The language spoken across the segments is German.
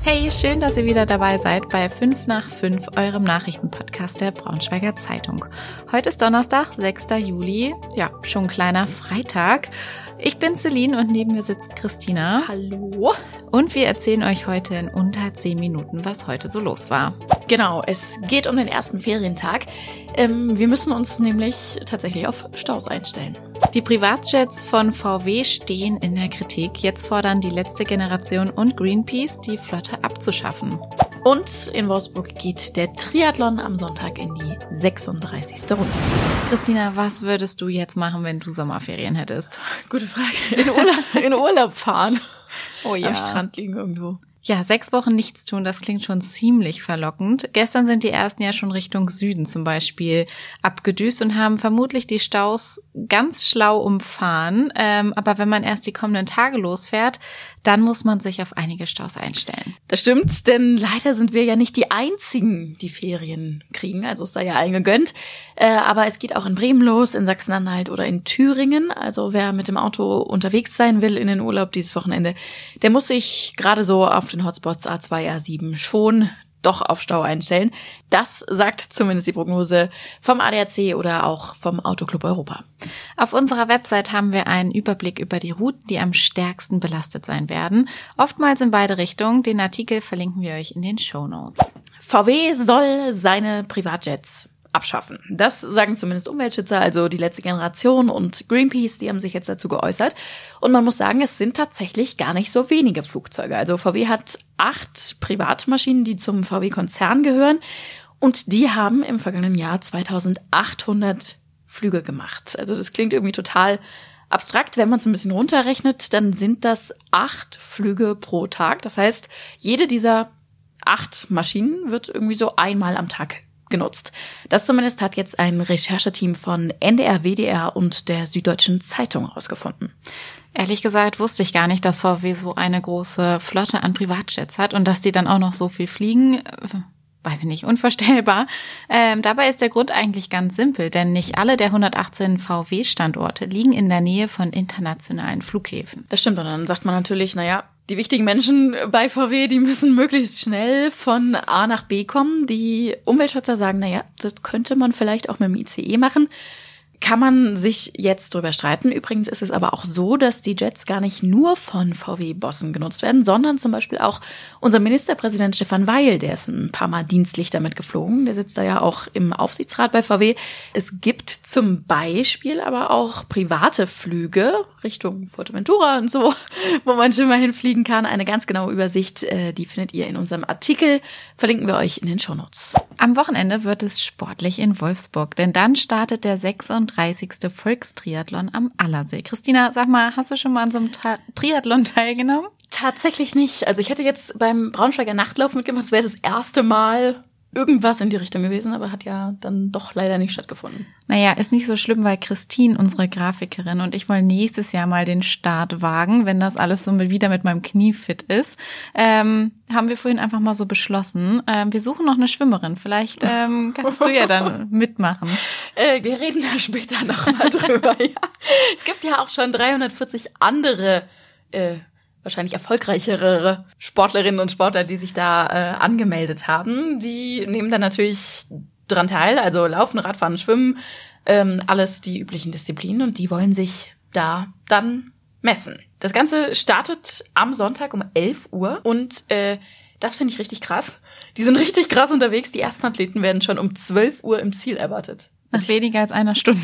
Hey, schön, dass ihr wieder dabei seid bei 5 nach 5, eurem Nachrichtenpodcast der Braunschweiger Zeitung. Heute ist Donnerstag, 6. Juli, ja, schon ein kleiner Freitag. Ich bin Celine und neben mir sitzt Christina. Hallo. Und wir erzählen euch heute in unter 10 Minuten, was heute so los war. Genau, es geht um den ersten Ferientag. Wir müssen uns nämlich tatsächlich auf Staus einstellen. Die Privatjets von VW stehen in der Kritik. Jetzt fordern die letzte Generation und Greenpeace, die Flotte abzuschaffen. Und in Wolfsburg geht der Triathlon am Sonntag in die 36. Runde. Christina, was würdest du jetzt machen, wenn du Sommerferien hättest? Gute Frage. In Urlaub fahren. Oh ja. Am Strand liegen irgendwo. Ja, 6 Wochen nichts tun, das klingt schon ziemlich verlockend. Gestern sind die ersten ja schon Richtung Süden zum Beispiel abgedüst und haben vermutlich die Staus ganz schlau umfahren. Aber wenn man erst die kommenden Tage losfährt, dann muss man sich auf einige Staus einstellen. Das stimmt, denn leider sind wir ja nicht die Einzigen, die Ferien kriegen. Also es sei ja allen gegönnt. Aber es geht auch in Bremen los, in Sachsen-Anhalt oder in Thüringen. Also wer mit dem Auto unterwegs sein will in den Urlaub dieses Wochenende, der muss sich gerade so auf den Hotspots A2, A7 schon doch auf Stau einstellen. Das sagt zumindest die Prognose vom ADAC oder auch vom Autoclub Europa. Auf unserer Website haben wir einen Überblick über die Routen, die am stärksten belastet sein werden. Oftmals in beide Richtungen. Den Artikel verlinken wir euch in den Shownotes. VW soll seine Privatjets abschaffen. Das sagen zumindest Umweltschützer, also die letzte Generation und Greenpeace, die haben sich jetzt dazu geäußert. Und man muss sagen, es sind tatsächlich gar nicht so wenige Flugzeuge. Also VW hat 8 Privatmaschinen, die zum VW-Konzern gehören. Und die haben im vergangenen Jahr 2800 Flüge gemacht. Also das klingt irgendwie total abstrakt. Wenn man es ein bisschen runterrechnet, dann sind das 8 Flüge pro Tag. Das heißt, jede dieser 8 Maschinen wird irgendwie so einmal am Tag genutzt. Das zumindest hat jetzt ein Rechercheteam von NDR, WDR und der Süddeutschen Zeitung herausgefunden. Ehrlich gesagt wusste ich gar nicht, dass VW so eine große Flotte an Privatjets hat und dass die dann auch noch so viel fliegen. Weiß ich nicht, unvorstellbar. Dabei ist der Grund eigentlich ganz simpel, denn nicht alle der 118 VW-Standorte liegen in der Nähe von internationalen Flughäfen. Das stimmt, und dann sagt man natürlich, naja, die wichtigen Menschen bei VW, die müssen möglichst schnell von A nach B kommen. Die Umweltschützer sagen, naja, das könnte man vielleicht auch mit dem ICE machen. Kann man sich jetzt drüber streiten. Übrigens ist es aber auch so, dass die Jets gar nicht nur von VW-Bossen genutzt werden, sondern zum Beispiel auch unser Ministerpräsident Stefan Weil, der ist ein paar Mal dienstlich damit geflogen. Der sitzt da ja auch im Aufsichtsrat bei VW. Es gibt zum Beispiel aber auch private Flüge Richtung Fuerteventura und so, wo man schon mal hinfliegen kann. Eine ganz genaue Übersicht, die findet ihr in unserem Artikel. Verlinken wir euch in den Shownotes. Am Wochenende wird es sportlich in Wolfsburg, denn dann startet der 36. Volkstriathlon am Allersee. Christina, sag mal, hast du schon mal an so einem Triathlon teilgenommen? Tatsächlich nicht. Also ich hätte jetzt beim Braunschweiger Nachtlauf mitgemacht, das wäre das erste Mal irgendwas in die Richtung gewesen, aber hat ja dann doch leider nicht stattgefunden. Naja, ist nicht so schlimm, weil Christine, unsere Grafikerin, und ich wollen nächstes Jahr mal den Start wagen, wenn das alles so wieder mit meinem Knie fit ist. Haben wir vorhin einfach mal so beschlossen. Wir suchen noch eine Schwimmerin. Vielleicht kannst du ja dann mitmachen. Wir reden da später noch mal drüber. Ja. Es gibt ja auch schon 340 andere wahrscheinlich erfolgreichere Sportlerinnen und Sportler, die sich da angemeldet haben. Die nehmen dann natürlich dran teil, also Laufen, Radfahren, Schwimmen, alles die üblichen Disziplinen, und die wollen sich da dann messen. Das Ganze startet am Sonntag um 11 Uhr und das finde ich richtig krass. Die sind richtig krass unterwegs. Die ersten Athleten werden schon um 12 Uhr im Ziel erwartet. Nach weniger als einer Stunde.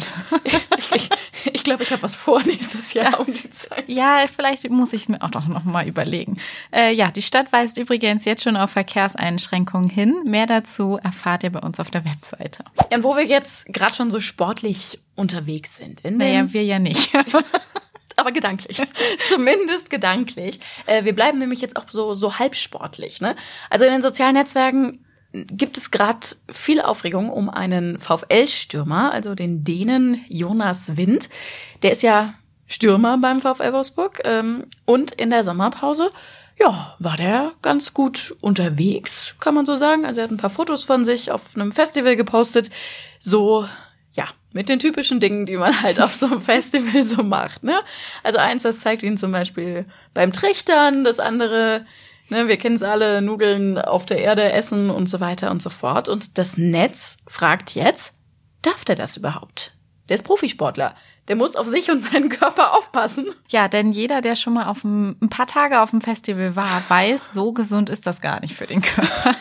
Ich glaube, ich habe was vor nächstes Jahr um die Zeit. Ja, vielleicht muss ich es mir auch doch noch mal überlegen. Ja, die Stadt weist übrigens jetzt schon auf Verkehrseinschränkungen hin. Mehr dazu erfahrt ihr bei uns auf der Webseite. Und wo wir jetzt gerade schon so sportlich unterwegs sind. Naja, wir ja nicht. Aber gedanklich. Zumindest gedanklich. Wir bleiben nämlich jetzt auch so halbsportlich, ne? Also in den sozialen Netzwerken gibt es gerade viel Aufregung um einen VfL-Stürmer, also den Dänen Jonas Wind. Der ist ja Stürmer beim VfL Wolfsburg. Und in der Sommerpause, ja, war der ganz gut unterwegs, kann man so sagen. Also er hat ein paar Fotos von sich auf einem Festival gepostet. So, ja, mit den typischen Dingen, die man halt auf so einem Festival so macht, ne? Also eins, das zeigt ihn zum Beispiel beim Trichtern, das andere Ne, wir kennen es alle, Nudeln auf der Erde essen und so weiter und so fort. Und das Netz fragt jetzt, darf der das überhaupt? Der ist Profisportler. Der muss auf sich und seinen Körper aufpassen. Ja, denn jeder, der schon mal ein paar Tage auf dem Festival war, weiß, so gesund ist das gar nicht für den Körper.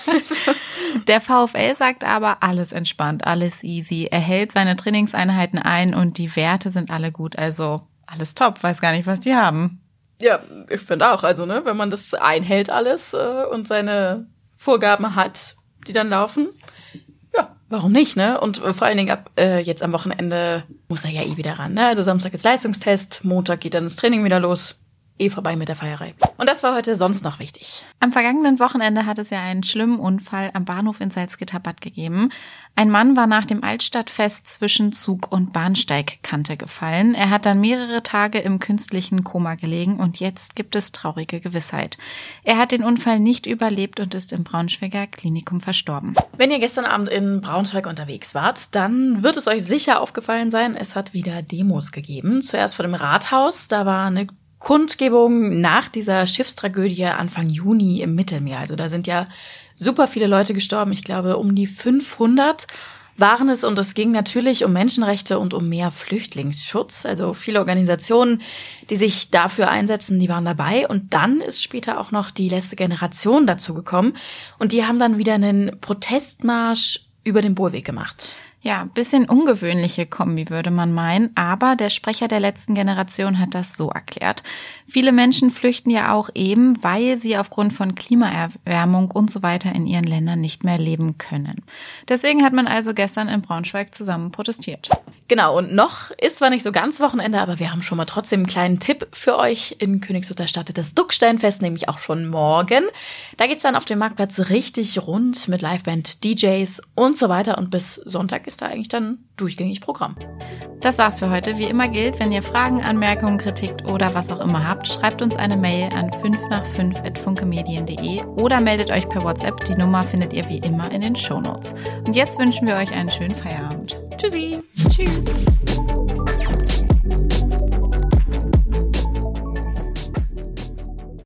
Der VfL sagt aber, alles entspannt, alles easy. Er hält seine Trainingseinheiten ein und die Werte sind alle gut. Also alles top, weiß gar nicht, was die haben. Ja, ich finde auch, also ne, wenn man das einhält alles und seine Vorgaben hat, die dann laufen, ja, warum nicht, ne? Und vor allen Dingen ab jetzt am Wochenende muss er ja wieder ran, ne? Also Samstag ist Leistungstest, Montag geht dann das Training wieder los. Vorbei mit der Feierei. Und das war heute sonst noch wichtig. Am vergangenen Wochenende hat es ja einen schlimmen Unfall am Bahnhof in Salzgitter-Bad gegeben. Ein Mann war nach dem Altstadtfest zwischen Zug- und Bahnsteigkante gefallen. Er hat dann mehrere Tage im künstlichen Koma gelegen und jetzt gibt es traurige Gewissheit. Er hat den Unfall nicht überlebt und ist im Braunschweiger Klinikum verstorben. Wenn ihr gestern Abend in Braunschweig unterwegs wart, dann wird es euch sicher aufgefallen sein, es hat wieder Demos gegeben. Zuerst vor dem Rathaus, da war eine Kundgebung nach dieser Schiffstragödie Anfang Juni im Mittelmeer. Also da sind ja super viele Leute gestorben. Ich glaube, um die 500 waren es. Und es ging natürlich um Menschenrechte und um mehr Flüchtlingsschutz. Also viele Organisationen, die sich dafür einsetzen, die waren dabei. Und dann ist später auch noch die letzte Generation dazu gekommen. Und die haben dann wieder einen Protestmarsch über den Bohlweg gemacht. Ja, bisschen ungewöhnliche Kombi, würde man meinen, aber der Sprecher der letzten Generation hat das so erklärt. Viele Menschen flüchten ja auch eben, weil sie aufgrund von Klimaerwärmung und so weiter in ihren Ländern nicht mehr leben können. Deswegen hat man also gestern in Braunschweig zusammen protestiert. Genau, und noch ist zwar nicht so ganz Wochenende, aber wir haben schon mal trotzdem einen kleinen Tipp für euch. In Königslutter startet das Ducksteinfest, nämlich auch schon morgen. Da geht's dann auf dem Marktplatz richtig rund mit Liveband, DJs und so weiter. Und bis Sonntag ist da eigentlich dann durchgängig Programm. Das war's für heute. Wie immer gilt, wenn ihr Fragen, Anmerkungen, Kritik oder was auch immer habt, schreibt uns eine Mail an 5nach5@funkemedien.de oder meldet euch per WhatsApp. Die Nummer findet ihr wie immer in den Shownotes. Und jetzt wünschen wir euch einen schönen Feierabend. Tschüssi. Tschüss.